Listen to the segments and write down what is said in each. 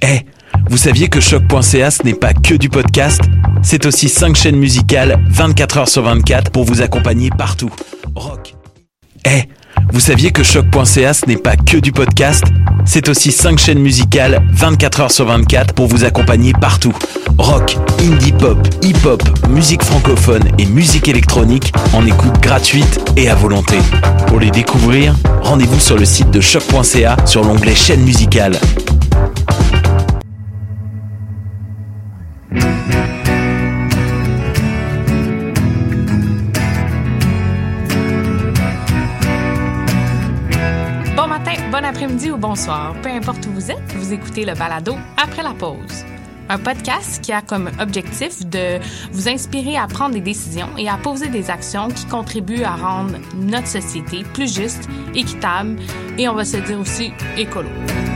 Vous saviez que choc.ca ce n'est pas que du podcast? C'est aussi 5 chaînes musicales 24 heures sur 24 pour vous accompagner partout. Rock. Vous saviez que choc.ca ce n'est pas que du podcast? C'est aussi 5 chaînes musicales 24 heures sur 24 pour vous accompagner partout. Rock, indie pop, hip-hop, musique francophone et musique électronique en écoute gratuite et à volonté. Pour les découvrir, rendez-vous sur le site de choc.ca sur l'onglet chaîne musicale. Bon après-midi ou bonsoir, peu importe où vous êtes, vous écoutez le balado Après la pause. Un podcast qui a comme objectif de vous inspirer à prendre des décisions et à poser des actions qui contribuent à rendre notre société plus juste, équitable et on va se dire aussi écolo.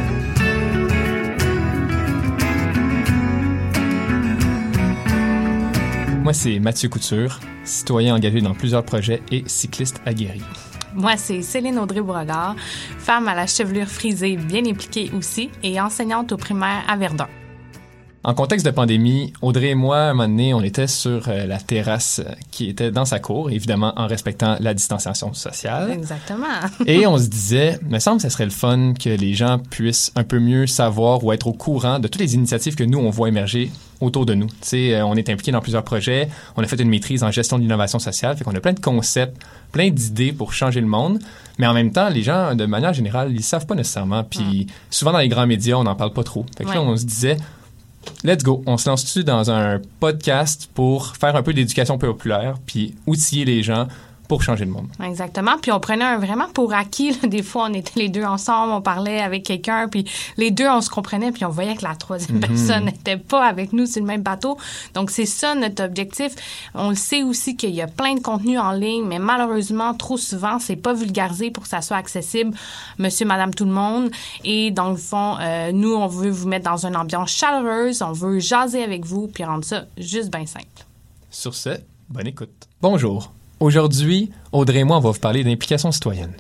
Moi, c'est Mathieu Couture, citoyen engagé dans plusieurs projets et cycliste aguerri. Moi, c'est Céline Audrey-Bourregard, femme à la chevelure frisée bien impliquée aussi et enseignante au primaire à Verdun. En contexte de pandémie, Audrey et moi, un moment donné, on était sur la terrasse qui était dans sa cour, évidemment en respectant la distanciation sociale. Exactement. Et on se disait, me semble que ça serait le fun que les gens puissent un peu mieux savoir ou être au courant de toutes les initiatives que nous, on voit émerger autour de nous. Tu sais, on est impliqué dans plusieurs projets, on a fait une maîtrise en gestion de l'innovation sociale, fait qu'on a plein de concepts, plein d'idées pour changer le monde, mais en même temps, les gens, de manière générale, ils savent pas nécessairement, puis souvent dans les grands médias, on n'en parle pas trop. Fait que là, on se disait, let's go, on se lance-tu dans un podcast pour faire un peu d'éducation populaire, puis outiller les gens pour changer le monde. Exactement. Puis on prenait vraiment pour acquis. Là, des fois, on était les deux ensemble, on parlait avec quelqu'un, puis les deux, on se comprenait, puis on voyait que la troisième personne n'était pas avec nous sur le même bateau. Donc, c'est ça notre objectif. On le sait aussi qu'il y a plein de contenu en ligne, mais malheureusement, trop souvent, c'est pas vulgarisé pour que ça soit accessible, monsieur, madame, tout le monde. Et dans le fond, nous, on veut vous mettre dans une ambiance chaleureuse, on veut jaser avec vous, puis rendre ça juste bien simple. Sur ce, bonne écoute. Bonjour. Aujourd'hui, Audrey et moi, on va vous parler d'implication citoyenne.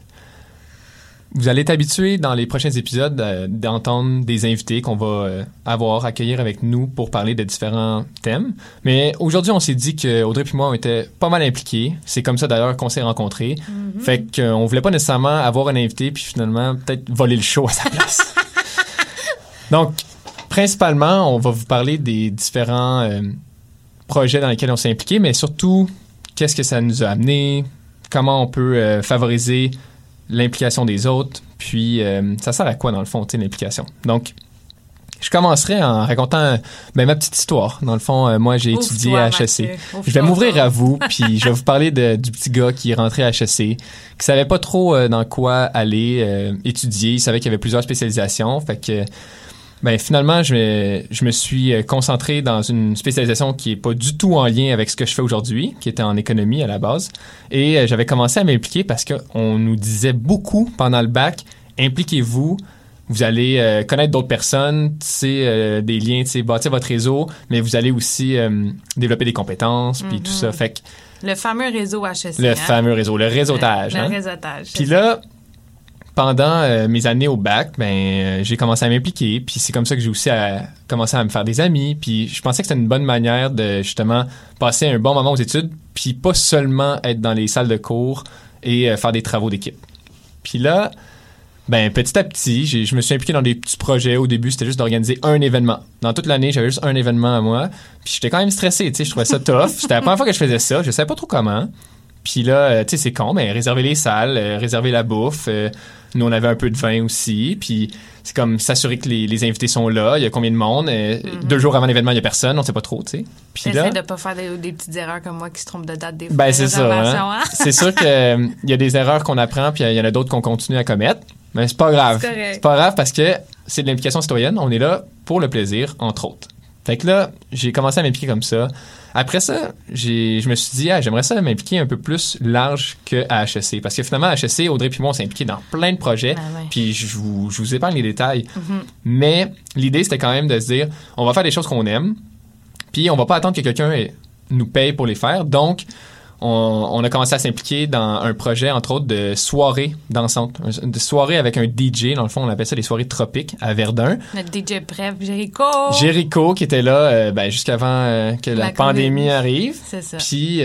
Vous allez être habitués dans les prochains épisodes d'entendre des invités qu'on va accueillir avec nous pour parler de différents thèmes. Mais aujourd'hui, on s'est dit que Audrey et moi, on était pas mal impliqués. C'est comme ça d'ailleurs qu'on s'est rencontrés. Fait qu'on voulait pas nécessairement avoir un invité puis finalement peut-être voler le show à sa place. Donc, principalement, on va vous parler des différents projets dans lesquels on s'est impliqué, mais surtout qu'est-ce que ça nous a amené, comment on peut favoriser l'implication des autres, puis ça sert à quoi dans le fond, l'implication. Donc, je commencerai en racontant ma petite histoire. Dans le fond, moi, j'ai étudié à HEC. Je vais m'ouvrir à vous, puis je vais vous parler du petit gars qui est rentré à HEC, qui savait pas trop dans quoi aller étudier. Il savait qu'il y avait plusieurs spécialisations, fait que finalement, je me suis concentré dans une spécialisation qui est pas du tout en lien avec ce que je fais aujourd'hui, qui était en économie à la base. Et j'avais commencé à m'impliquer parce qu'on nous disait beaucoup pendant le bac, impliquez-vous, vous allez connaître d'autres personnes, des liens, bâtir votre réseau, mais vous allez aussi développer des compétences, puis tout ça. Fait que le fameux réseau HEC. Le fameux réseau, le réseautage. Le réseautage. Puis là, pendant mes années au bac, j'ai commencé à m'impliquer, puis c'est comme ça que j'ai aussi commencé à me faire des amis, puis je pensais que c'était une bonne manière de justement passer un bon moment aux études, puis pas seulement être dans les salles de cours et faire des travaux d'équipe. Puis là, petit à petit, je me suis impliqué dans des petits projets. Au début, c'était juste d'organiser un événement. Dans toute l'année, j'avais juste un événement à moi, puis j'étais quand même stressé, je trouvais ça tough. C'était la première fois que je faisais ça, je savais pas trop comment. Puis là, c'est con, mais réserver les salles, réserver la bouffe. Nous, on avait un peu de vin aussi. Puis c'est comme s'assurer que les invités sont là. Il y a combien de monde? 2 jours avant l'événement, il y a personne. On sait pas trop, tu sais. Puis là, de pas faire des petites erreurs comme moi qui se trompent de date des fois. C'est ça. Hein? C'est sûr qu'il y a des erreurs qu'on apprend, puis il y en a d'autres qu'on continue à commettre. Mais c'est pas grave. C'est pas grave parce que c'est de l'implication citoyenne. On est là pour le plaisir, entre autres. Fait que là, j'ai commencé à m'impliquer comme ça. Après ça, je me suis dit, j'aimerais ça m'impliquer un peu plus large qu'à HEC. Parce que finalement, à HEC, Audrey et moi, on s'est impliqués dans plein de projets. Puis je vous épargne les détails. Mais l'idée, c'était quand même de se dire, on va faire des choses qu'on aime. Puis on va pas attendre que quelqu'un nous paye pour les faire. Donc, on a commencé à s'impliquer dans un projet, entre autres, de soirées dansantes. De soirées avec un DJ. Dans le fond, on appelle ça les soirées tropiques à Verdun. Notre DJ bref, Jéricho. Jéricho, qui était là jusqu'avant que la pandémie arrive. C'est ça. Puis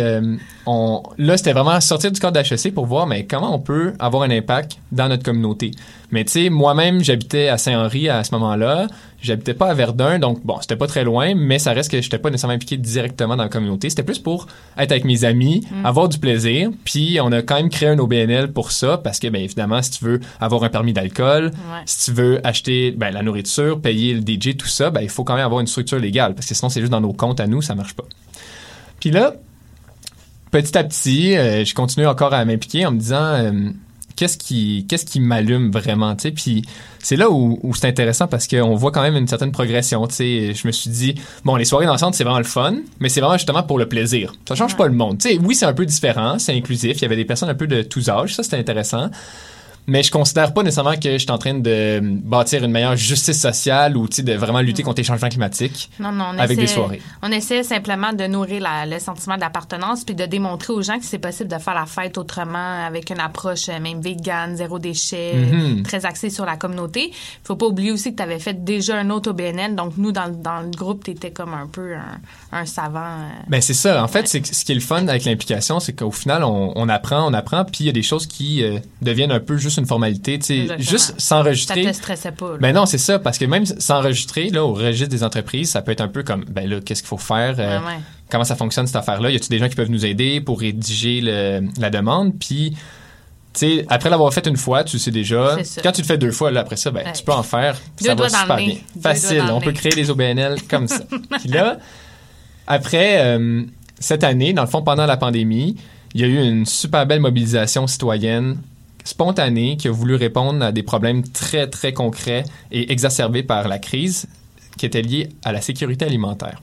là, c'était vraiment sortir du cadre d'HEC pour voir mais comment on peut avoir un impact dans notre communauté. Mais tu sais, moi-même, j'habitais à Saint-Henri à ce moment-là. J'habitais pas à Verdun, donc bon, c'était pas très loin, mais ça reste que j'étais pas nécessairement impliqué directement dans la communauté. C'était plus pour être avec mes amis, avoir du plaisir. Puis on a quand même créé un OBNL pour ça, parce que, bien évidemment, si tu veux avoir un permis d'alcool, si tu veux acheter la nourriture, payer le DJ, tout ça, il faut quand même avoir une structure légale, parce que sinon, c'est juste dans nos comptes à nous, ça marche pas. Puis là, petit à petit, je continue encore à m'impliquer en me disant... Qu'est-ce qui m'allume vraiment, tu sais, puis c'est là où c'est intéressant parce qu'on voit quand même une certaine progression, tu sais. Je me suis dit, bon, les soirées dansantes, c'est vraiment le fun, mais c'est vraiment justement pour le plaisir. Ça change pas le monde, tu sais. Oui, c'est un peu différent, c'est inclusif, il y avait des personnes un peu de tous âges, ça c'était intéressant. Mais je considère pas nécessairement que je suis en train de bâtir une meilleure justice sociale ou de vraiment lutter contre les changements climatiques avec des soirées. On essaie simplement de nourrir le sentiment d'appartenance puis de démontrer aux gens que c'est possible de faire la fête autrement avec une approche même vegan, zéro déchet, très axée sur la communauté. Faut pas oublier aussi que tu avais fait déjà un autre OBNL, donc nous, dans le groupe, tu étais comme un peu un savant. Ben c'est ça. En fait, c'est ce qui est le fun avec l'implication, c'est qu'au final, on apprend, puis il y a des choses qui deviennent un peu juste une formalité, tu sais, juste s'enregistrer. Ça te stressait pas. Là. Ben non, c'est ça, parce que même s'enregistrer là au registre des entreprises, ça peut être un peu comme, ben là, qu'est-ce qu'il faut faire, comment ça fonctionne cette affaire-là, y a-t-il des gens qui peuvent nous aider pour rédiger la demande, puis tu sais, après l'avoir fait une fois, tu sais déjà. Quand tu le fais 2 fois, là, après ça, tu peux en faire. Ça va super bien. Facile. On peut créer des OBNL comme ça. Puis là, après cette année, dans le fond, pendant la pandémie, il y a eu une super belle mobilisation citoyenne spontanée qui a voulu répondre à des problèmes très, très concrets et exacerbés par la crise qui était liée à la sécurité alimentaire.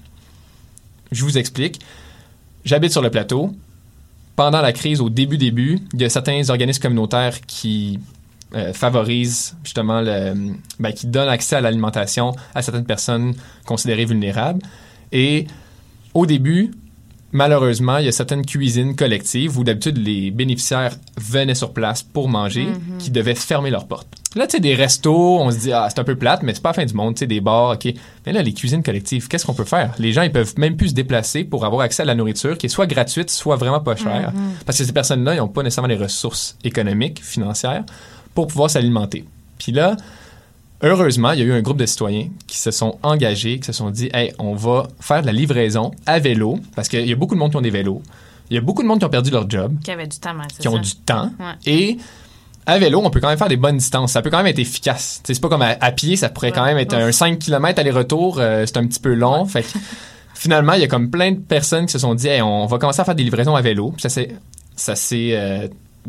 Je vous explique. J'habite sur le plateau. Pendant la crise, au début, il y a certains organismes communautaires qui favorisent justement qui donnent accès à l'alimentation à certaines personnes considérées vulnérables. Et au début, malheureusement, il y a certaines cuisines collectives où d'habitude les bénéficiaires venaient sur place pour manger qui devaient fermer leurs portes. Là, tu sais, des restos, on se dit, c'est un peu plate, mais c'est pas la fin du monde, tu sais, des bars, OK. Mais là, les cuisines collectives, qu'est-ce qu'on peut faire? Les gens, ils peuvent même plus se déplacer pour avoir accès à la nourriture qui est soit gratuite, soit vraiment pas chère. Parce que ces personnes-là, ils n'ont pas nécessairement les ressources économiques, financières pour pouvoir s'alimenter. Puis là, heureusement, il y a eu un groupe de citoyens qui se sont engagés, qui se sont dit « Hey, on va faire de la livraison à vélo. » Parce qu'il y a beaucoup de monde qui ont des vélos. Il y a beaucoup de monde qui ont perdu leur job. Qui avaient du temps, qui ont du temps. Ouais. Et à vélo, on peut quand même faire des bonnes distances. Ça peut quand même être efficace. T'sais, c'est pas comme à pied, ça pourrait quand même être un 5 km aller-retour. C'est un petit peu long. Fait que, finalement, il y a comme plein de personnes qui se sont dit « Hey, on va commencer à faire des livraisons à vélo. » Ça s'est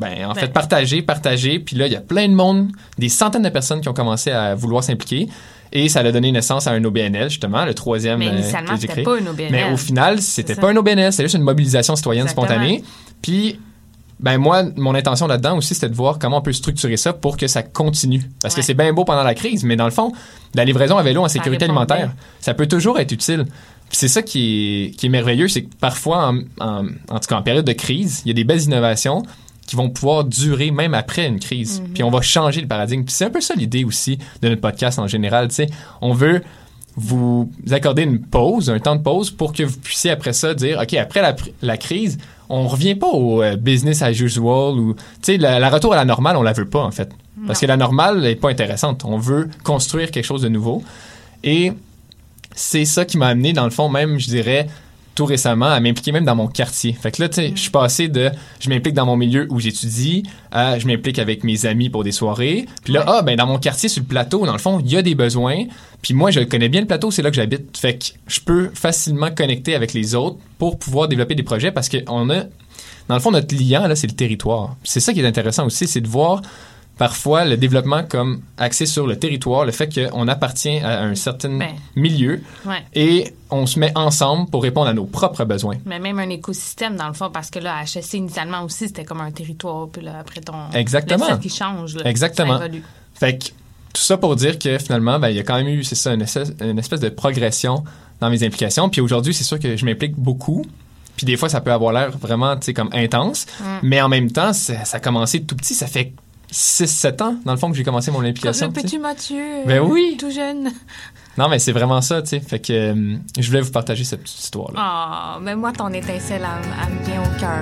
partagé. Puis là, il y a plein de monde, des centaines de personnes qui ont commencé à vouloir s'impliquer. Et ça a donné naissance à un OBNL, justement, le troisième mais initialement, c'était pas un OBNL. Mais au final, c'était pas un OBNL, c'était juste une mobilisation citoyenne spontanée. Puis, moi, mon intention là-dedans aussi, c'était de voir comment on peut structurer ça pour que ça continue. Parce que c'est bien beau pendant la crise, mais dans le fond, la livraison à vélo en sécurité alimentaire, ça peut toujours être utile. Puis c'est ça qui est merveilleux, c'est que parfois, en tout cas en période de crise, il y a des belles innovations qui vont pouvoir durer même après une crise. Puis on va changer le paradigme. Puis c'est un peu ça l'idée aussi de notre podcast en général. Tu sais, on veut vous accorder une pause, un temps de pause pour que vous puissiez après ça dire, OK, après la crise, on revient pas au business as usual ou, tu sais, la retour à la normale, on la veut pas en fait. Parce que la normale n'est pas intéressante. On veut construire quelque chose de nouveau. Et c'est ça qui m'a amené, dans le fond, même, je dirais, tout récemment, à m'impliquer même dans mon quartier. Fait que là, tu sais, je suis passé je m'implique dans mon milieu où j'étudie, je m'implique avec mes amis pour des soirées. Puis là, dans mon quartier, sur le plateau, dans le fond, il y a des besoins. Puis moi, je connais bien le plateau, c'est là que j'habite. Fait que je peux facilement connecter avec les autres pour pouvoir développer des projets parce que dans le fond, notre client, là, c'est le territoire. C'est ça qui est intéressant aussi, c'est de voir parfois le développement comme axé sur le territoire, le fait qu'on appartient à un certain milieu et on se met ensemble pour répondre à nos propres besoins. Mais même un écosystème, dans le fond, parce que là, HEC, initialement aussi, c'était comme un territoire, puis là, après Exactement. Le qui change, là, Exactement. ça évolue. Fait que tout ça pour dire que finalement, il y a quand même eu, c'est ça, une espèce de progression dans mes implications. Puis aujourd'hui, c'est sûr que je m'implique beaucoup. Puis des fois, ça peut avoir l'air vraiment, tu sais, comme intense. Mais en même temps, ça a commencé tout petit. Ça fait 6-7 ans, dans le fond, que j'ai commencé mon implication. Le petit Mathieu. Ben oui. Tout jeune. Non, mais c'est vraiment ça, tu sais. Fait que je voulais vous partager cette petite histoire-là. Ah, mais moi, ton étincelle, elle me vient au cœur.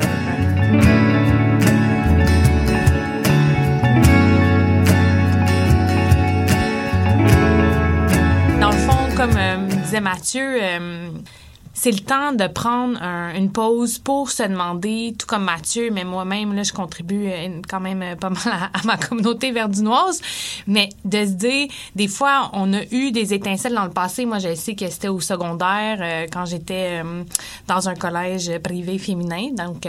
Dans le fond, comme disait Mathieu, c'est le temps de prendre une pause pour se demander, tout comme Mathieu, mais moi-même, là, je contribue quand même pas mal à ma communauté verdinoise, mais de se dire, des fois, on a eu des étincelles dans le passé. Moi, je sais que c'était au secondaire, quand j'étais dans un collège privé féminin. Donc,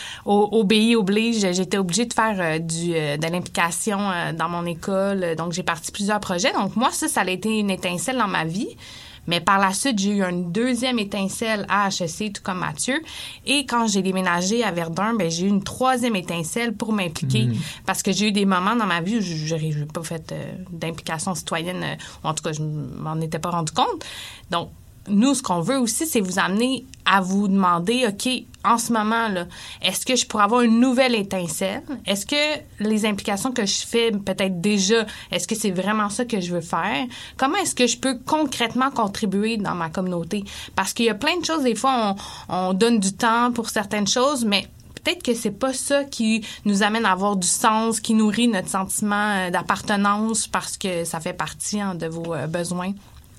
obéi oblige, j'étais obligée de faire de l'implication dans mon école. Donc, j'ai parti plusieurs projets. Donc, moi, ça a été une étincelle dans ma vie. Mais par la suite, j'ai eu une deuxième étincelle à HEC, tout comme Mathieu. Et quand j'ai déménagé à Verdun, ben j'ai eu une troisième étincelle pour m'impliquer. Parce que j'ai eu des moments dans ma vie où je n'ai pas fait d'implication citoyenne, ou en tout cas, je m'en étais pas rendu compte. Donc, nous, ce qu'on veut aussi, c'est vous amener à vous demander, OK, en ce moment, là, est-ce que je pourrais avoir une nouvelle étincelle? Est-ce que les implications que je fais peut-être déjà, est-ce que c'est vraiment ça que je veux faire? Comment est-ce que je peux concrètement contribuer dans ma communauté? Parce qu'il y a plein de choses, des fois, on donne du temps pour certaines choses, mais peut-être que c'est pas ça qui nous amène à avoir du sens, qui nourrit notre sentiment d'appartenance parce que ça fait partie de vos besoins,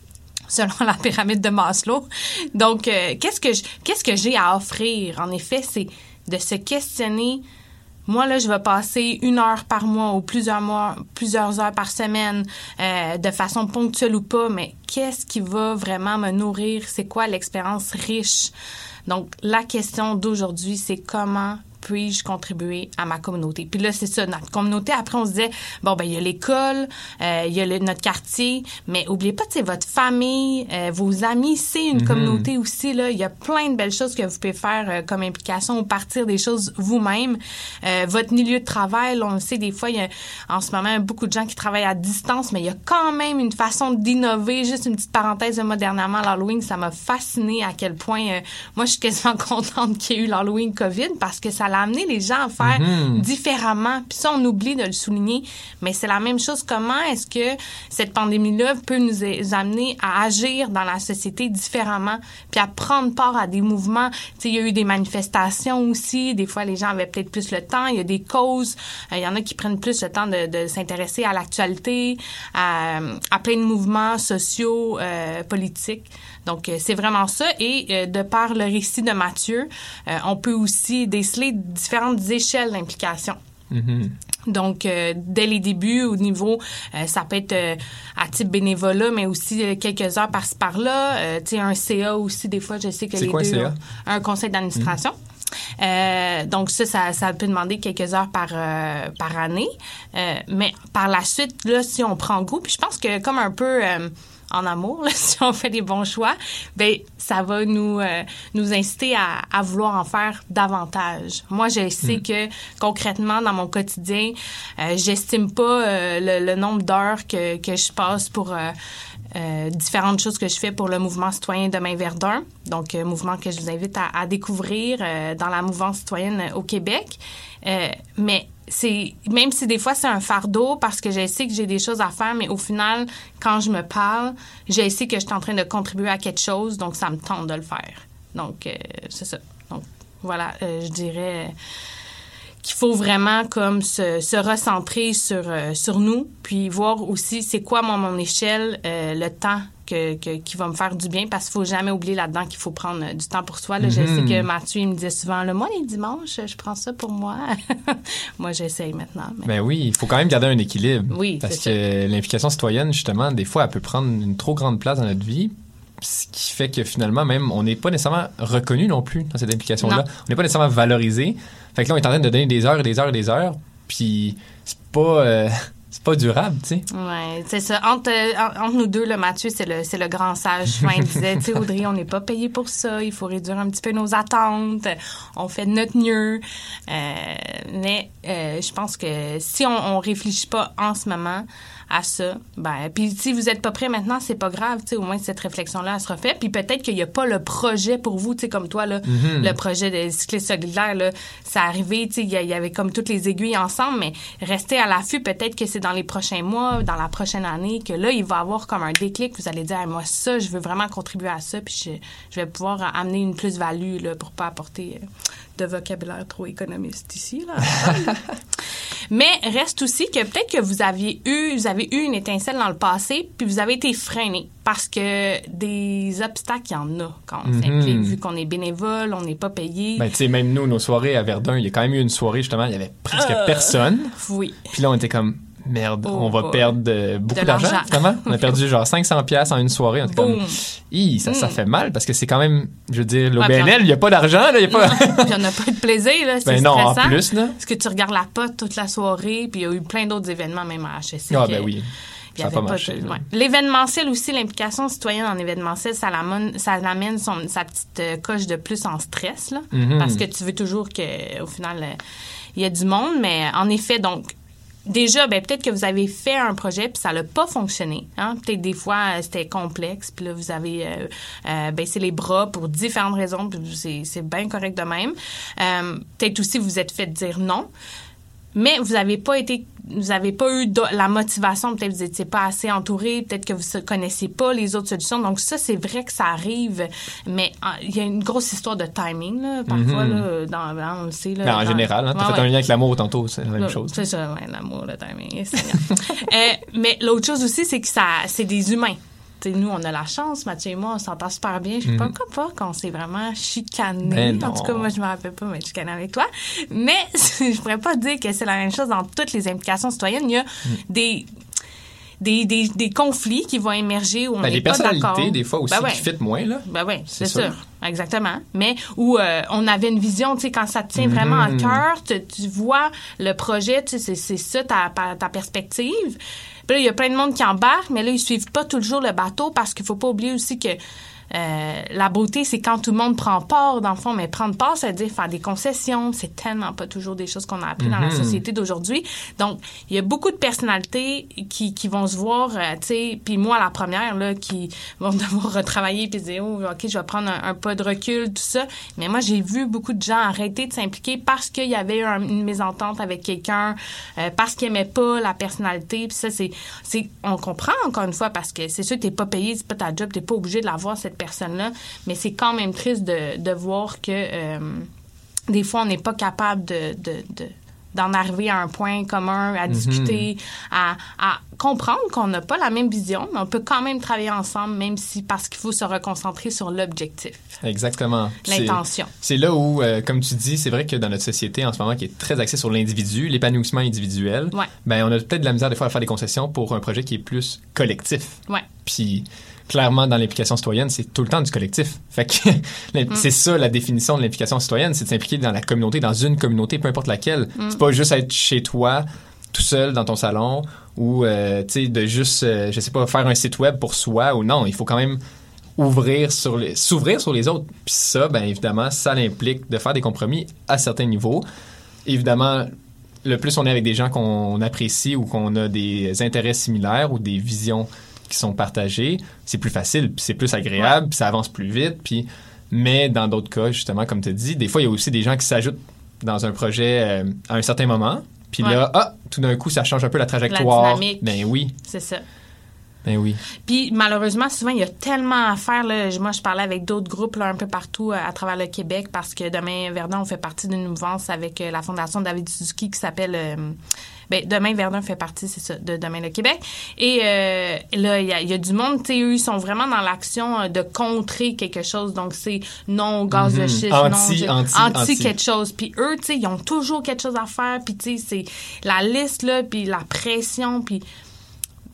selon la pyramide de Maslow. Donc, qu'est-ce que j'ai à offrir? En effet, c'est de se questionner. Moi, là, je vais passer 1 heure par mois ou plusieurs heures par semaine, de façon ponctuelle ou pas, mais qu'est-ce qui va vraiment me nourrir? C'est quoi l'expérience riche? Donc, la question d'aujourd'hui, c'est comment puis-je contribuer à ma communauté? Puis là, c'est ça, notre communauté. Après, on se disait, bon, ben il y a l'école, il y a notre quartier, mais oubliez pas, tu sais, votre famille, vos amis, c'est une communauté aussi, là. Il y a plein de belles choses que vous pouvez faire comme implication ou partir des choses vous-même. Votre milieu de travail, on le sait, des fois, il y a en ce moment beaucoup de gens qui travaillent à distance, mais il y a quand même une façon d'innover. Juste une petite parenthèse, moi, dernièrement, l'Halloween, ça m'a fasciné à quel point, moi, je suis quasiment contente qu'il y ait eu l'Halloween COVID parce que ça l'a amené les gens à faire différemment. Puis ça, on oublie de le souligner, mais c'est la même chose. Comment est-ce que cette pandémie-là peut nous amener à agir dans la société différemment, puis à prendre part à des mouvements? Tu sais, il y a eu des manifestations aussi. Des fois, les gens avaient peut-être plus le temps. Il y a des causes. Il y en a qui prennent plus le temps de s'intéresser à l'actualité, à plein de mouvements sociaux, politiques. Donc, c'est vraiment ça. Et de par le récit de Mathieu, on peut aussi déceler différentes échelles d'implication. Donc, dès les débuts, au niveau, ça peut être à type bénévolat, mais aussi quelques heures par-ci par-là. Tu sais, un CA aussi, des fois, je sais que c'est les quoi, deux... CA? Un conseil d'administration. Donc ça peut demander quelques heures par année. Mais par la suite, là, si on prend goût, puis je pense que comme un peu... en amour, là, si on fait des bons choix, ben ça va nous inciter à vouloir en faire davantage. Moi, je sais que concrètement, dans mon quotidien, j'estime pas le nombre d'heures que je passe pour différentes choses que je fais pour le mouvement citoyen Demain Verdun. Donc, mouvement que je vous invite à découvrir dans la mouvance citoyenne au Québec. Mais même si des fois c'est un fardeau parce que je sais que j'ai des choses à faire, mais au final, quand je me parle, je sais que je suis en train de contribuer à quelque chose, donc ça me tente de le faire. Donc, c'est ça. Donc, voilà, je dirais qu'il faut vraiment comme se recentrer sur nous, puis voir aussi c'est quoi, mon échelle, le temps qui va me faire du bien, parce qu'il faut jamais oublier là-dedans qu'il faut prendre du temps pour soi. Là, je sais que Mathieu, il me disait souvent, moi, les dimanches, je prends ça pour moi. Moi, j'essaye maintenant. Mais... Ben oui, il faut quand même garder un équilibre. Oui, parce que l'implication citoyenne, justement, des fois, elle peut prendre une trop grande place dans notre vie, ce qui fait que finalement, même, on n'est pas nécessairement reconnu non plus dans cette implication-là. Non. On n'est pas nécessairement valorisé. Fait que là, on est en train de donner des heures et des heures et des heures, puis c'est pas... c'est pas durable, tu sais. Ouais, c'est ça. Entre nous deux, là, Mathieu, c'est le grand sage. Souvent, il disait, tu sais, Audrey, on n'est pas payé pour ça. Il faut réduire un petit peu nos attentes. On fait de notre mieux. Mais je pense que si on réfléchit pas en ce moment à ça, ben, puis si vous êtes pas prêt maintenant, c'est pas grave, tu sais, au moins cette réflexion-là, elle sera faite. Puis peut-être qu'il y a pas le projet pour vous, tu sais, comme toi, là, le projet de cycliste solidaire, là, c'est arrivé, tu sais, il y avait comme toutes les aiguilles ensemble, mais restez à l'affût, peut-être que c'est dans les prochains mois, dans la prochaine année, que là, il va y avoir comme un déclic, vous allez dire, moi, ça, je veux vraiment contribuer à ça, puis je vais pouvoir amener une plus-value, là, pour pas apporter de vocabulaire trop économiste ici, là. Mais reste aussi que peut-être que vous avez eu une étincelle dans le passé, puis vous avez été freiné parce que des obstacles, il y en a quand on s'implique. Vu qu'on est bénévole, on n'est pas payé. Ben, tu sais, même nous, nos soirées à Verdun, il y a quand même eu une soirée, justement, il y avait presque personne. Oui. Puis là, on était comme, merde, on va perdre beaucoup d'argent, finalement. On a perdu genre 500$ en une soirée. On était comme, ça fait mal parce que c'est quand même, je veux dire, l'OBNL, il n'y a pas d'argent, là, il y a pas. Puis on n'a pas de plaisir, là, c'est non, stressant. en plus, là. Parce que tu regardes la pote toute la soirée, puis il y a eu plein d'autres événements, même à HSC. Ah, ben oui. Ça n'a pas marché. L'événementiel aussi, l'implication citoyenne en événementiel, ça l'amène sa petite coche de plus en stress, là. Parce que tu veux toujours qu'au final, il y a du monde, mais en effet, donc, déjà, ben peut-être que vous avez fait un projet puis ça n'a pas fonctionné. Hein? Peut-être des fois, c'était complexe puis là, vous avez baissé les bras pour différentes raisons puis c'est bien correct de même. Peut-être aussi, vous êtes fait dire non. Mais vous n'avez pas eu la motivation, peut-être que vous n'étiez pas assez entouré, peut-être que vous ne connaissiez pas les autres solutions. Donc ça, c'est vrai que ça arrive, mais il y a une grosse histoire de timing, là, parfois, là, on le sait. Là, ben, en général, hein, tu as fait un lien avec l'amour tantôt, c'est la même chose. C'est ça, ouais, l'amour, le timing, mais l'autre chose aussi, c'est que c'est des humains. T'sais, nous, on a la chance, Mathieu et moi, on s'entend super bien. Je sais pas pas qu'on s'est vraiment chicané. En tout cas, moi, je me rappelle pas m'être chicané avec toi. Mais je pourrais pas dire que c'est la même chose dans toutes les implications citoyennes. Il y a des conflits qui vont émerger où on n'est pas d'accord. Des personnalités, des fois aussi, qui fitent moins, là. Ben oui, c'est sûr. Exactement. Mais où on avait une vision, tu sais, quand ça te tient vraiment à cœur, tu vois le projet, tu sais, c'est ça ta perspective. Puis là, il y a plein de monde qui embarque, mais là, ils suivent pas toujours le bateau parce qu'il faut pas oublier aussi que la beauté, c'est quand tout le monde prend part, dans le fond. Mais prendre part, ça veut dire faire des concessions. C'est tellement pas toujours des choses qu'on a appris dans la société d'aujourd'hui. Donc, il y a beaucoup de personnalités qui vont se voir, tu sais, puis moi, la première, là, qui vont devoir retravailler puis se dire, oh, OK, je vais prendre un pas de recul, tout ça. Mais moi, j'ai vu beaucoup de gens arrêter de s'impliquer parce qu'il y avait une mésentente avec quelqu'un, parce qu'ils aimaient pas la personnalité. Puis ça, on comprend, encore une fois, parce que c'est sûr que t'es pas payé, c'est pas ta job, t'es pas obligé de l'avoir, cette personne-là, mais c'est quand même triste de voir que des fois, on n'est pas capable d'en arriver à un point commun, à discuter, à comprendre qu'on n'a pas la même vision, mais on peut quand même travailler ensemble, même si parce qu'il faut se reconcentrer sur l'objectif. Exactement. L'intention. C'est là où, comme tu dis, c'est vrai que dans notre société en ce moment qui est très axée sur l'individu, l'épanouissement individuel, ben on a peut-être de la misère des fois à faire des concessions pour un projet qui est plus collectif. Ouais. Puis clairement, dans l'implication citoyenne, c'est tout le temps du collectif. Fait que c'est ça la définition de l'implication citoyenne, c'est de s'impliquer dans la communauté, dans une communauté, peu importe laquelle. C'est pas juste être chez toi, tout seul dans ton salon, ou tu sais, de juste, je sais pas, faire un site web pour soi, ou non, il faut quand même s'ouvrir sur les autres. Puis ça, ben évidemment, ça implique de faire des compromis à certains niveaux. Évidemment, le plus on est avec des gens qu'on apprécie ou qu'on a des intérêts similaires ou des visions qui sont partagés, c'est plus facile, puis c'est plus agréable, puis ça avance plus vite, puis mais dans d'autres cas, justement, comme tu as dit, des fois, il y a aussi des gens qui s'ajoutent dans un projet à un certain moment, puis là, tout d'un coup, ça change un peu la trajectoire. La dynamique. Ben oui. C'est ça. Ben oui. Puis malheureusement, souvent, il y a tellement à faire. Là. Moi, je parlais avec d'autres groupes là, un peu partout à travers le Québec parce que Demain Verdun, on fait partie d'une mouvance avec la Fondation David Suzuki qui s'appelle... Demain Verdun fait partie, c'est ça, de Demain le Québec. Et là, il y a du monde, tu sais, eux, ils sont vraiment dans l'action de contrer quelque chose. Donc, c'est non gaz de schiste, anti quelque chose. Puis eux, tu sais, ils ont toujours quelque chose à faire. Puis, tu sais, c'est la liste, là, puis la pression, puis...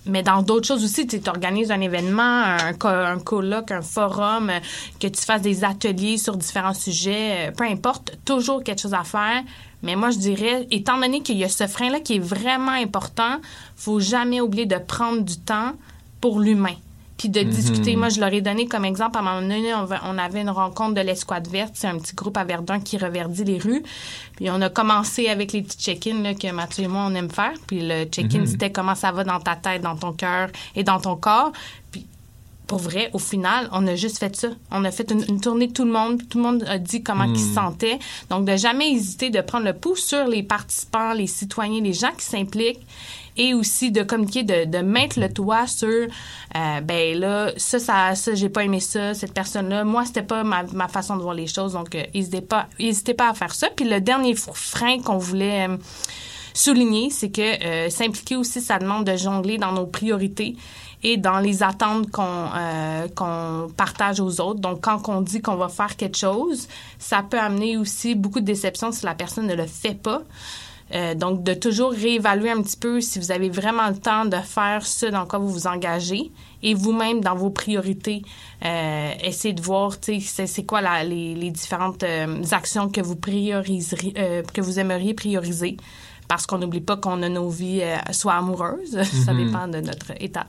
Mais dans d'autres choses aussi, tu organises un événement, un colloque, un forum, que tu fasses des ateliers sur différents sujets, peu importe, toujours quelque chose à faire. Mais moi, je dirais, étant donné qu'il y a ce frein-là qui est vraiment important, faut jamais oublier de prendre du temps pour l'humain. Puis de discuter. Moi, je leur ai donné comme exemple, à un moment donné, on avait une rencontre de l'Escouade verte. C'est un petit groupe à Verdun qui reverdit les rues. Puis on a commencé avec les petits check-ins là, que Mathieu et moi, on aime faire. Puis le check-in, c'était comment ça va dans ta tête, dans ton cœur et dans ton corps. Puis pour vrai, au final, on a juste fait ça. On a fait une tournée de tout le monde. Tout le monde a dit comment il se sentait. Donc, de jamais hésiter de prendre le pouls sur les participants, les citoyens, les gens qui s'impliquent. Et aussi de communiquer, de mettre le doigt sur, ben là, ça, j'ai pas aimé ça, cette personne-là. Moi, c'était pas ma façon de voir les choses. Donc, n'hésitez pas à faire ça. Puis le dernier frein qu'on voulait souligner, c'est que s'impliquer aussi, ça demande de jongler dans nos priorités et dans les attentes qu'on partage aux autres. Donc, quand on dit qu'on va faire quelque chose, ça peut amener aussi beaucoup de déception si la personne ne le fait pas. Donc, de toujours réévaluer un petit peu si vous avez vraiment le temps de faire ce dans quoi vous vous engagez et vous-même, dans vos priorités, essayez de voir, tu sais, c'est quoi les différentes actions que vous prioriserez, que vous aimeriez prioriser. Parce qu'on n'oublie pas qu'on a nos vies soit amoureuses, ça dépend de notre état.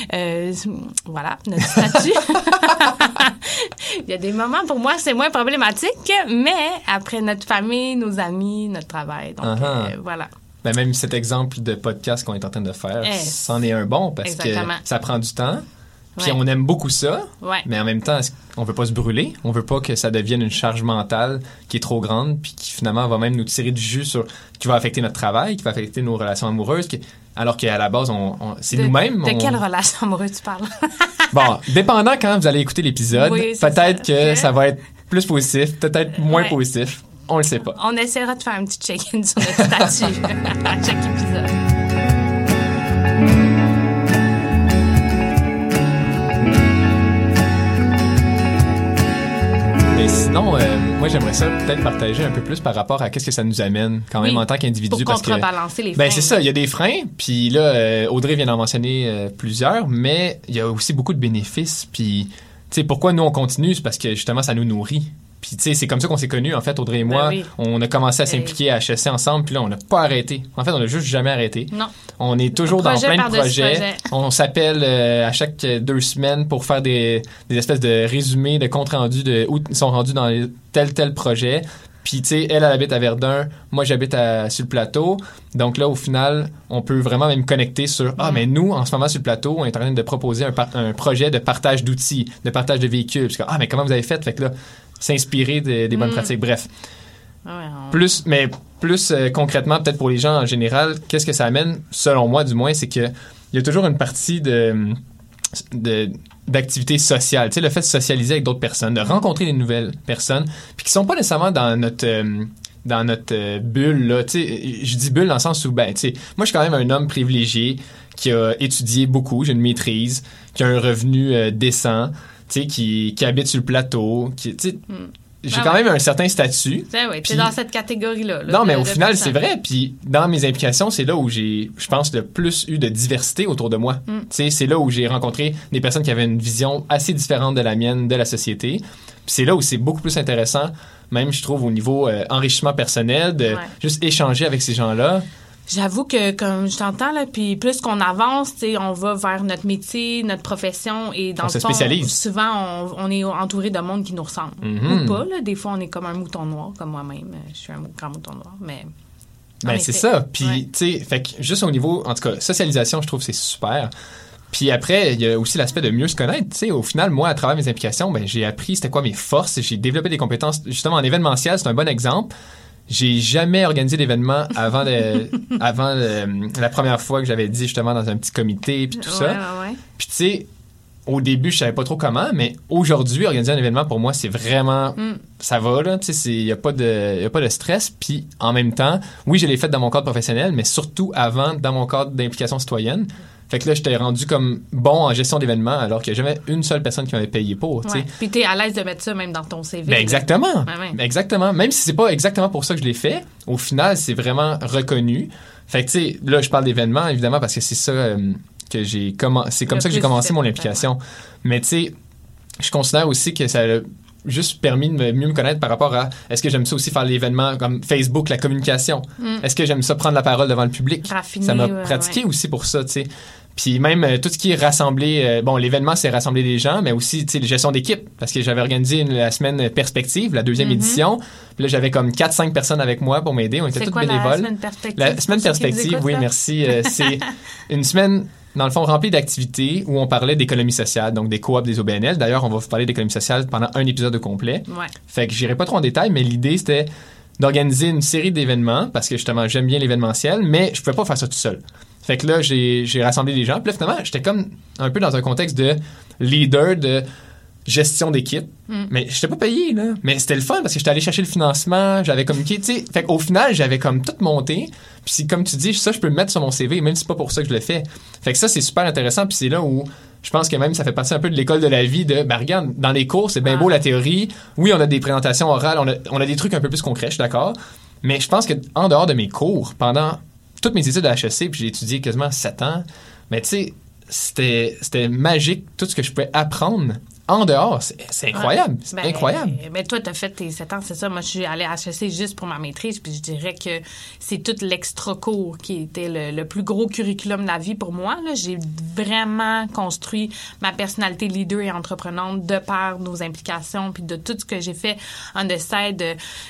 Voilà, notre statut. Il y a des moments, pour moi, c'est moins problématique, mais après notre famille, nos amis, notre travail. Donc, voilà. Ben, même cet exemple de podcast qu'on est en train de faire, c'en est un bon parce que ça prend du temps. Puis on aime beaucoup ça, mais en même temps, on veut pas se brûler. On veut pas que ça devienne une charge mentale qui est trop grande puis qui finalement va même nous tirer du jus qui va affecter notre travail, qui va affecter nos relations amoureuses, alors qu'à la base, c'est nous-mêmes. De quelle relation amoureuse tu parles? Bon, dépendant quand vous allez écouter l'épisode, peut-être que ça va être plus positif, peut-être moins positif. On le sait pas. On essaiera de faire un petit check-in sur notre statut à chaque épisode. Mais sinon, moi, j'aimerais ça peut-être partager un peu plus par rapport à qu'est-ce que ça nous amène quand même en tant qu'individu. Pour contrebalancer les freins. Ben, c'est ça, il y a des freins, puis là, Audrey vient d'en mentionner plusieurs, mais il y a aussi beaucoup de bénéfices, puis tu sais, pourquoi nous on continue? C'est parce que justement, ça nous nourrit. Puis, tu sais, c'est comme ça qu'on s'est connus, en fait, Audrey et moi. On a commencé à s'impliquer à HEC ensemble, puis là, on n'a pas arrêté. En fait, on n'a juste jamais arrêté. Non. On est toujours dans plein de projets. On s'appelle à chaque 2 semaines pour faire des espèces de résumés, de comptes rendus de où ils sont rendus dans tel projet. Puis, tu sais, elle habite à Verdun, moi, j'habite sur le plateau. Donc là, au final, on peut vraiment même connecter sur « Ah, mais nous, en ce moment, sur le plateau, on est en train de proposer un projet de partage d'outils, de partage de véhicules. » Puis, « Ah, mais comment vous avez fait? » Fait que là, s'inspirer des bonnes pratiques. Bref. Plus concrètement, peut-être pour les gens en général, qu'est-ce que ça amène, selon moi du moins, c'est qu'il y a toujours une partie d'activité sociale. Tu sais, le fait de socialiser avec d'autres personnes, de rencontrer des nouvelles personnes, puis qui sont pas nécessairement dans notre bulle, là. Tu sais, je dis bulle dans le sens où, ben, tu sais, moi, je suis quand même un homme privilégié qui a étudié beaucoup, j'ai une maîtrise, qui a un revenu décent, tu sais, qui habite sur le plateau, tu sais, j'ai quand même un certain statut. T'es dans cette catégorie-là. Non, mais au final, c'est vrai. Puis dans mes implications, c'est là où j'ai, je pense, le plus eu de diversité autour de moi. Tu sais, c'est là où j'ai rencontré des personnes qui avaient une vision assez différente de la mienne, de la société. Puis c'est là où c'est beaucoup plus intéressant, même, je trouve, au niveau enrichissement personnel, de juste échanger avec ces gens-là. J'avoue que, comme je t'entends, là, puis plus qu'on avance, tu sais, on va vers notre métier, notre profession, et dans on le se fond, spécialise. Souvent, on est entouré de monde qui nous ressemble. Ou pas, là. Des fois, on est comme un mouton noir, comme moi-même. Je suis un grand mouton noir, mais... Ben, c'est ça. Puis, tu sais, fait que juste au niveau, en tout cas, socialisation, je trouve que c'est super. Puis après, il y a aussi l'aspect de mieux se connaître. Tu sais, au final, moi, à travers mes implications, ben, j'ai appris c'était quoi mes forces, j'ai développé des compétences. Justement, en événementiel, c'est un bon exemple. J'ai jamais organisé d'événement avant la première fois que j'avais dit justement dans un petit comité puis tout ça. Puis tu sais, au début, je savais pas trop comment, mais aujourd'hui, organiser un événement pour moi, c'est vraiment ça va là, tu sais, il y a pas de stress, puis en même temps, oui, je l'ai fait dans mon cadre professionnel, mais surtout avant dans mon cadre d'implication citoyenne. Fait que là, j'étais rendu comme bon en gestion d'événements alors qu'il n'y a jamais une seule personne qui m'avait payé pour. Ouais. Puis t'es à l'aise de mettre ça même dans ton CV. Ben exactement. Exactement. Même si c'est pas exactement pour ça que je l'ai fait, au final, c'est vraiment reconnu. Fait que tu sais, là, je parle d'événements, évidemment, parce que c'est ça que c'est comme ça que j'ai commencé mon implication. Mais tu sais, je considère aussi que ça a juste permis de mieux me connaître par rapport à est-ce que j'aime ça aussi faire l'événement comme Facebook, la communication. Est-ce que j'aime ça prendre la parole devant le public? Raffiner, ça m'a pratiqué aussi pour ça, tu sais. Puis même tout ce qui est rassembler, l'événement c'est rassembler des gens, mais aussi la gestion d'équipe, parce que j'avais organisé la semaine Perspective, la 2e édition. Puis là j'avais comme 4-5 personnes avec moi pour m'aider, on était tous bénévoles. La semaine Perspective? La semaine Perspective, oui, merci. C'est une semaine dans le fond remplie d'activités où on parlait d'économie sociale, donc des coops, des OBNL. D'ailleurs, on va vous parler d'économie sociale pendant un épisode complet. Ouais. Fait que j'irai pas trop en détail, mais l'idée c'était d'organiser une série d'événements, parce que justement j'aime bien l'événementiel, mais je pouvais pas faire ça tout seul. Fait que là, j'ai rassemblé des gens. Puis là, finalement, j'étais comme un peu dans un contexte de leader, de gestion d'équipe. Mais j'étais pas payé, là. Mais c'était le fun parce que j'étais allé chercher le financement, j'avais communiqué, tu sais. Fait qu'au final, j'avais comme tout monté. Puis comme tu dis, ça, je peux le mettre sur mon CV, même si c'est pas pour ça que je le fais. Fait que ça, c'est super intéressant. Puis c'est là où je pense que même ça fait partie un peu de l'école de la vie de, regarde, dans les cours, c'est bien beau la théorie. Oui, on a des présentations orales, on a des trucs un peu plus concrets, je suis d'accord. Mais je pense que en dehors de mes cours, pendant toutes mes études à HEC, puis j'ai étudié quasiment 7 ans, mais tu sais, c'était magique, tout ce que je pouvais apprendre en dehors. C'est incroyable. C'est incroyable. Mais toi, tu as fait tes 7 ans, c'est ça. Moi, je suis allée à HEC juste pour ma maîtrise, puis je dirais que c'est tout l'extra-cours qui était le plus gros curriculum de la vie pour moi. Là. J'ai vraiment construit ma personnalité leader et entreprenante de par nos implications, puis de tout ce que j'ai fait on the side.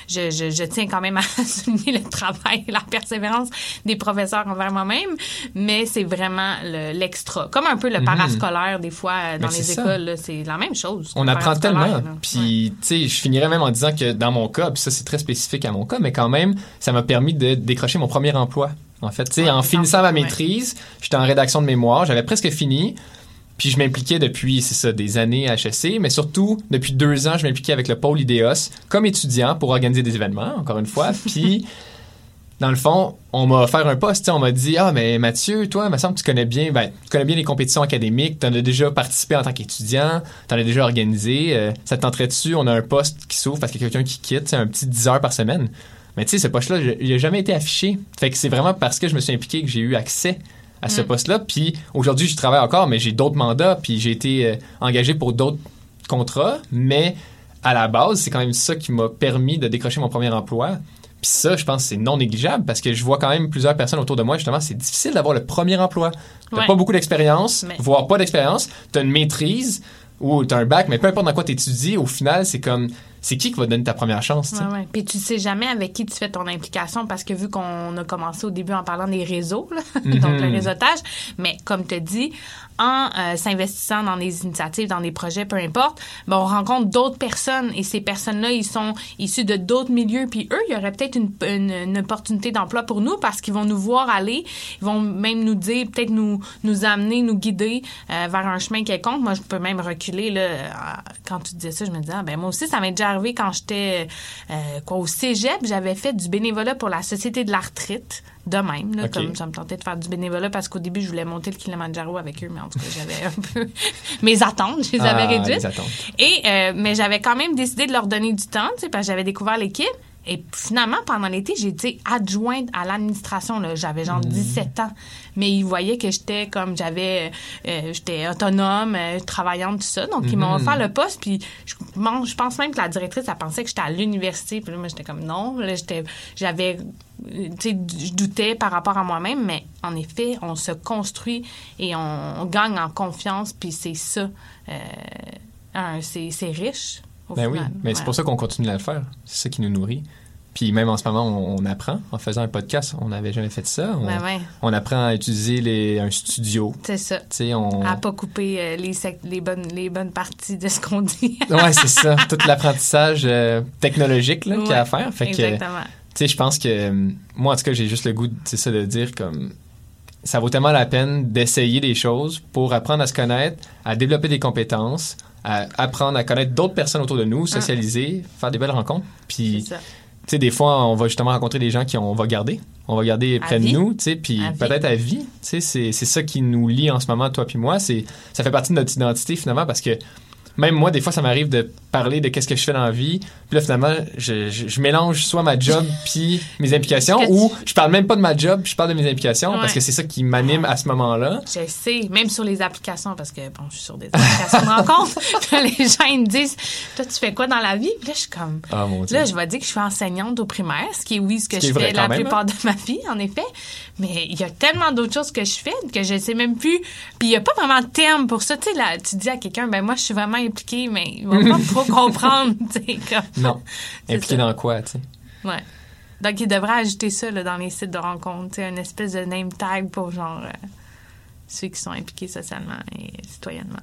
Je tiens quand même à souligner le travail et la persévérance des professeurs envers moi-même, mais c'est vraiment l'extra. Comme un peu le parascolaire, des fois, dans les écoles, là, c'est la même chose. On apprend tellement. Puis, tu sais, je finirais même en disant que dans mon cas, puis ça, c'est très spécifique à mon cas, mais quand même, ça m'a permis de décrocher mon premier emploi. En fait, tu sais, en finissant ma maîtrise, j'étais en rédaction de mémoire, j'avais presque fini. Puis je m'impliquais depuis, c'est ça, des années à HEC, mais surtout, depuis 2 ans, je m'impliquais avec le pôle IDEOS comme étudiant pour organiser des événements, encore une fois. Puis, dans le fond, on m'a offert un poste. On m'a dit « Ah, mais Mathieu, toi, il me semble que tu connais bien les compétitions académiques. Tu en as déjà participé en tant qu'étudiant. Tu en as déjà organisé. Ça te tenterait-tu? On a un poste qui s'ouvre parce qu'il y a quelqu'un qui quitte. Un petit 10 heures par semaine. » Mais tu sais, ce poste-là, il n'a jamais été affiché. Fait que c'est vraiment parce que je me suis impliqué que j'ai eu accès à ce poste-là. Puis aujourd'hui, je travaille encore, mais j'ai d'autres mandats. Puis j'ai été engagé pour d'autres contrats. Mais à la base, c'est quand même ça qui m'a permis de décrocher mon premier emploi. Puis ça, je pense que c'est non négligeable parce que je vois quand même plusieurs personnes autour de moi, justement, c'est difficile d'avoir le premier emploi. T'as pas beaucoup d'expérience, voire pas d'expérience. T'as une maîtrise ou t'as un bac, mais peu importe dans quoi t'étudies, au final, c'est comme... C'est qui va te donner ta première chance? Ouais. Puis tu sais jamais avec qui tu fais ton implication parce que vu qu'on a commencé au début en parlant des réseaux, là, donc le réseautage, mais comme tu as dit, en s'investissant dans des initiatives, dans des projets, peu importe, on rencontre d'autres personnes et ces personnes-là, ils sont issus de d'autres milieux. Puis eux, il y aurait peut-être une opportunité d'emploi pour nous parce qu'ils vont nous voir aller, ils vont même nous dire, peut-être nous amener, nous guider vers un chemin quelconque. Moi, je peux même reculer. Là, quand tu disais ça, je me disais, moi aussi, ça m'est déjà arrivé quand j'étais au cégep, j'avais fait du bénévolat pour la Société de la retraite. De même, là, comme ça me tentait de faire du bénévolat parce qu'au début, je voulais monter le Kilimanjaro avec eux, mais en tout cas, j'avais un peu mes attentes, je les avais réduites. Mais j'avais quand même décidé de leur donner du temps, parce que j'avais découvert l'équipe. Et finalement, pendant l'été, j'ai été adjointe à l'administration. Là. J'avais genre 17 ans. Mais ils voyaient que j'étais comme j'étais autonome, travaillante, tout ça. Donc, ils m'ont offert le poste. Puis, je pense même que la directrice, elle pensait que j'étais à l'université. Puis là, moi, j'étais comme non. Là, je doutais par rapport à moi-même. Mais en effet, on se construit et on gagne en confiance. Puis c'est ça. C'est riche. Oui, mais c'est pour ça qu'on continue à le faire. C'est ça qui nous nourrit. Puis même en ce moment, on apprend. En faisant un podcast, on n'avait jamais fait ça. On apprend à utiliser un studio. C'est ça. À pas couper les bonnes parties de ce qu'on dit. Oui, c'est ça. Tout l'apprentissage technologique là, qu'il y a à faire. Fait exactement. Que, je pense que moi, en tout cas, j'ai juste le goût de dire comme ça vaut tellement la peine d'essayer des choses pour apprendre à se connaître, à développer des compétences, à apprendre à connaître d'autres personnes autour de nous, socialiser, faire des belles rencontres. Puis, des fois, on va justement rencontrer des gens qu'on va garder. On va garder près de nous, puis peut-être à vie. C'est ça qui nous lie en ce moment, toi puis moi. Ça fait partie de notre identité, finalement, parce que même moi, des fois, ça m'arrive de parler de qu'est-ce que je fais dans la vie. Puis là, finalement, je mélange soit ma job puis mes implications, ou je parle même pas de ma job, puis je parle de mes implications, parce que c'est ça qui m'anime à ce moment-là. Je sais, même sur les applications, parce que, bon, je suis sur des applications de rencontres. Puis les gens, ils me disent, toi, tu fais quoi dans la vie? Puis là, je suis comme, là, je vais dire que je suis enseignante au primaire, ce qui est, ce que je fais la plupart de ma vie, en effet. Mais il y a tellement d'autres choses que je fais que je sais même plus. Puis il y a pas vraiment de terme pour ça. Tu sais, là, tu dis à quelqu'un, ben moi, je suis vraiment impliquée, mais il va pas trop comprendre, tu sais, comme. Non. Impliquée dans quoi, tu sais? Ouais. Donc, il devrait ajouter ça, là, dans les sites de rencontres, tu sais, une espèce de name tag pour, genre, ceux qui sont impliqués socialement et citoyennement.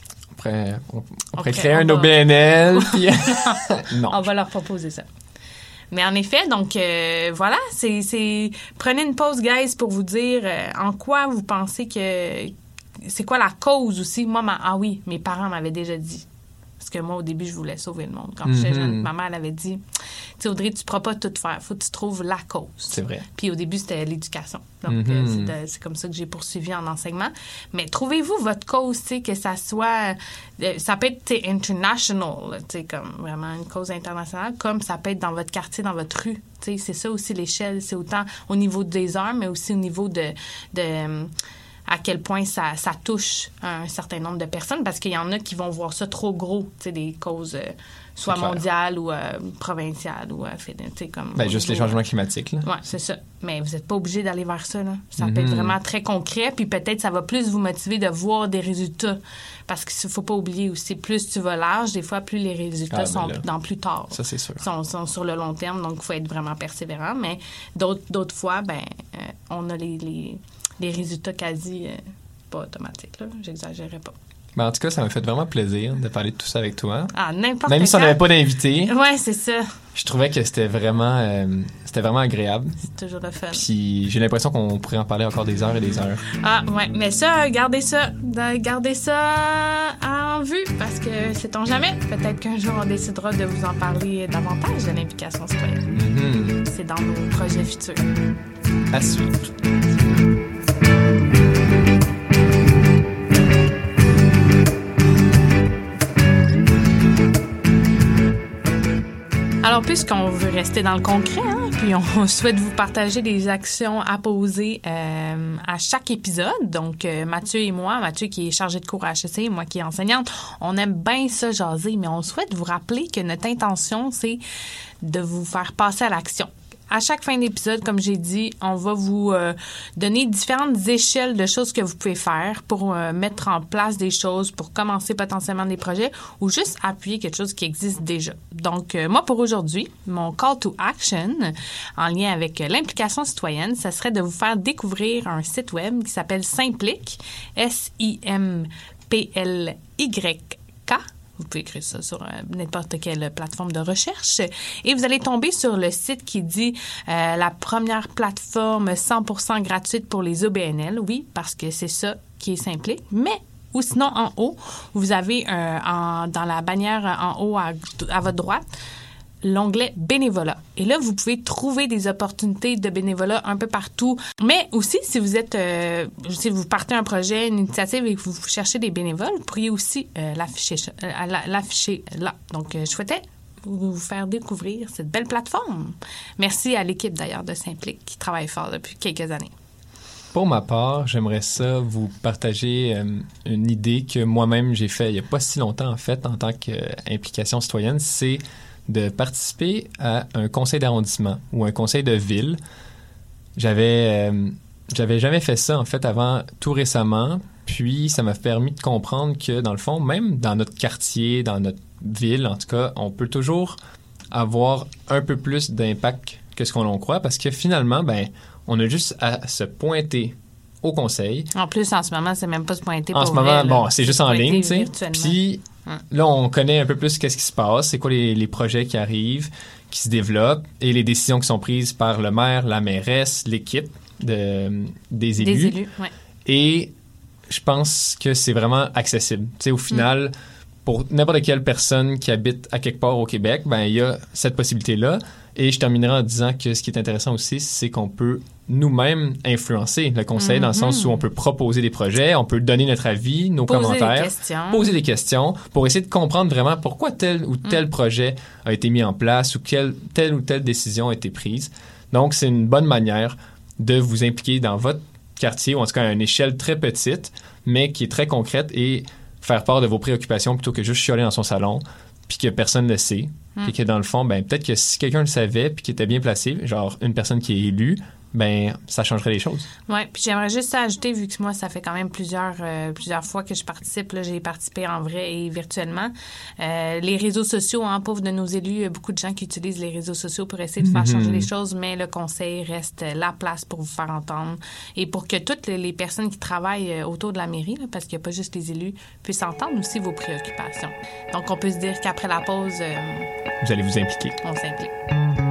On pourrait créer un OBNL, puis... Non. On va leur proposer ça. Mais en effet, donc, voilà, prenez une pause, guys, pour vous dire en quoi vous pensez que... C'est quoi la cause aussi? Moi, mes parents m'avaient déjà dit. Parce que moi, au début, je voulais sauver le monde. Quand j'étais jeune, ma mère, elle avait dit, tu sais, Audrey, tu ne pourras pas tout faire. Il faut que tu trouves la cause. C'est vrai. Puis au début, c'était l'éducation. Donc, c'est comme ça que j'ai poursuivi en enseignement. Mais trouvez-vous votre cause, tu sais, que ça soit... ça peut être international, tu sais, comme vraiment une cause internationale, comme ça peut être dans votre quartier, dans votre rue. Tu sais, c'est ça aussi l'échelle. C'est autant au niveau des heures, mais aussi au niveau de à quel point ça touche un certain nombre de personnes, parce qu'il y en a qui vont voir ça trop gros, tu sais, des causes soit mondiales ou provinciales ou tu sais, comme... Ben, juste les changements climatiques, là. Oui, c'est ça. Mais vous n'êtes pas obligé d'aller vers ça, là. Ça peut être vraiment très concret, puis peut-être ça va plus vous motiver de voir des résultats, parce qu'il ne faut pas oublier aussi, plus tu vas large, des fois, plus les résultats sont dans plus tard. Ça, c'est sûr. Sont sur le long terme, donc il faut être vraiment persévérant, mais d'autres fois, on a les résultats quasi pas automatiques, là. J'exagérais pas. Ben, en tout cas, ça m'a fait vraiment plaisir de parler de tout ça avec toi. Ah, n'importe Même si on n'avait pas d'invité. Ouais, c'est ça. Je trouvais que c'était vraiment agréable. C'est toujours le fun. Puis j'ai l'impression qu'on pourrait en parler encore des heures et des heures. Ah, ouais. Mais ça, gardez ça en vue, parce que sait-on jamais. Peut-être qu'un jour, on décidera de vous en parler davantage de l'implication citoyenne. C'est dans nos projets futurs. À suivre. Alors, puisqu'on veut rester dans le concret, puis on souhaite vous partager des actions à poser à chaque épisode. Donc, Mathieu et moi, Mathieu qui est chargé de cours à HEC, moi qui est enseignante, on aime bien ça jaser, mais on souhaite vous rappeler que notre intention, c'est de vous faire passer à l'action. À chaque fin d'épisode, comme j'ai dit, on va vous donner différentes échelles de choses que vous pouvez faire pour mettre en place des choses, pour commencer potentiellement des projets ou juste appuyer quelque chose qui existe déjà. Donc, moi, pour aujourd'hui, mon call to action en lien avec l'implication citoyenne, ça serait de vous faire découvrir un site web qui s'appelle Simplik, SIMPLYK. Vous pouvez écrire ça sur n'importe quelle plateforme de recherche. Et vous allez tomber sur le site qui dit la première plateforme 100% gratuite pour les OBNL. Oui, parce que c'est ça qui est Simplik. Mais, ou sinon en haut, vous avez dans la bannière en haut à votre droite, l'onglet bénévolat. Et là, vous pouvez trouver des opportunités de bénévolat un peu partout. Mais aussi, si vous êtes, si vous partez un projet, une initiative et que vous cherchez des bénévoles, vous pourriez aussi l'afficher là. Donc, je souhaitais vous faire découvrir cette belle plateforme. Merci à l'équipe d'ailleurs de Simplik qui travaille fort depuis quelques années. Pour ma part, j'aimerais ça vous partager une idée que moi-même j'ai fait il n'y a pas si longtemps en fait en tant qu'implication citoyenne, c'est de participer à un conseil d'arrondissement ou un conseil de ville. J'avais jamais fait ça, en fait, avant tout récemment. Puis, ça m'a permis de comprendre que, dans le fond, même dans notre quartier, dans notre ville, en tout cas, on peut toujours avoir un peu plus d'impact que ce qu'on en croit parce que, finalement, on a juste à se pointer au conseil. En plus, en ce moment, c'est même pas se pointer pour En ce moment, vrai, bon, c'est juste en ligne, tu sais. Puis, là, on connaît un peu plus qu'est-ce qui se passe, c'est quoi les projets qui arrivent, qui se développent, et les décisions qui sont prises par le maire, la mairesse, l'équipe des élus. Des élus, oui. Et je pense que c'est vraiment accessible. Tu sais, au final, pour n'importe quelle personne qui habite à quelque part au Québec, il y a cette possibilité-là. Et je terminerai en disant que ce qui est intéressant aussi, c'est qu'on peut nous-mêmes influencer le conseil, dans le sens où on peut proposer des projets, on peut donner notre avis, nos commentaires, poser des questions pour essayer de comprendre vraiment pourquoi tel ou tel projet a été mis en place ou telle ou telle décision a été prise. Donc, c'est une bonne manière de vous impliquer dans votre quartier, ou en tout cas à une échelle très petite, mais qui est très concrète, et faire part de vos préoccupations plutôt que juste chialer dans son salon, puis que personne ne le sait. Puis que dans le fond, ben peut-être que si quelqu'un le savait puis qu'il était bien placé, genre une personne qui est élue, ben ça changerait les choses. Oui, puis j'aimerais juste ajouter, vu que moi, ça fait quand même plusieurs fois que je participe, là, j'ai participé en vrai et virtuellement. Les réseaux sociaux, pauvre de nos élus, il y a beaucoup de gens qui utilisent les réseaux sociaux pour essayer de faire changer les choses, mais le conseil reste la place pour vous faire entendre et pour que toutes les personnes qui travaillent autour de la mairie, là, parce qu'il n'y a pas juste les élus, puissent entendre aussi vos préoccupations. Donc, on peut se dire qu'après la pause... vous allez vous impliquer. On s'implique.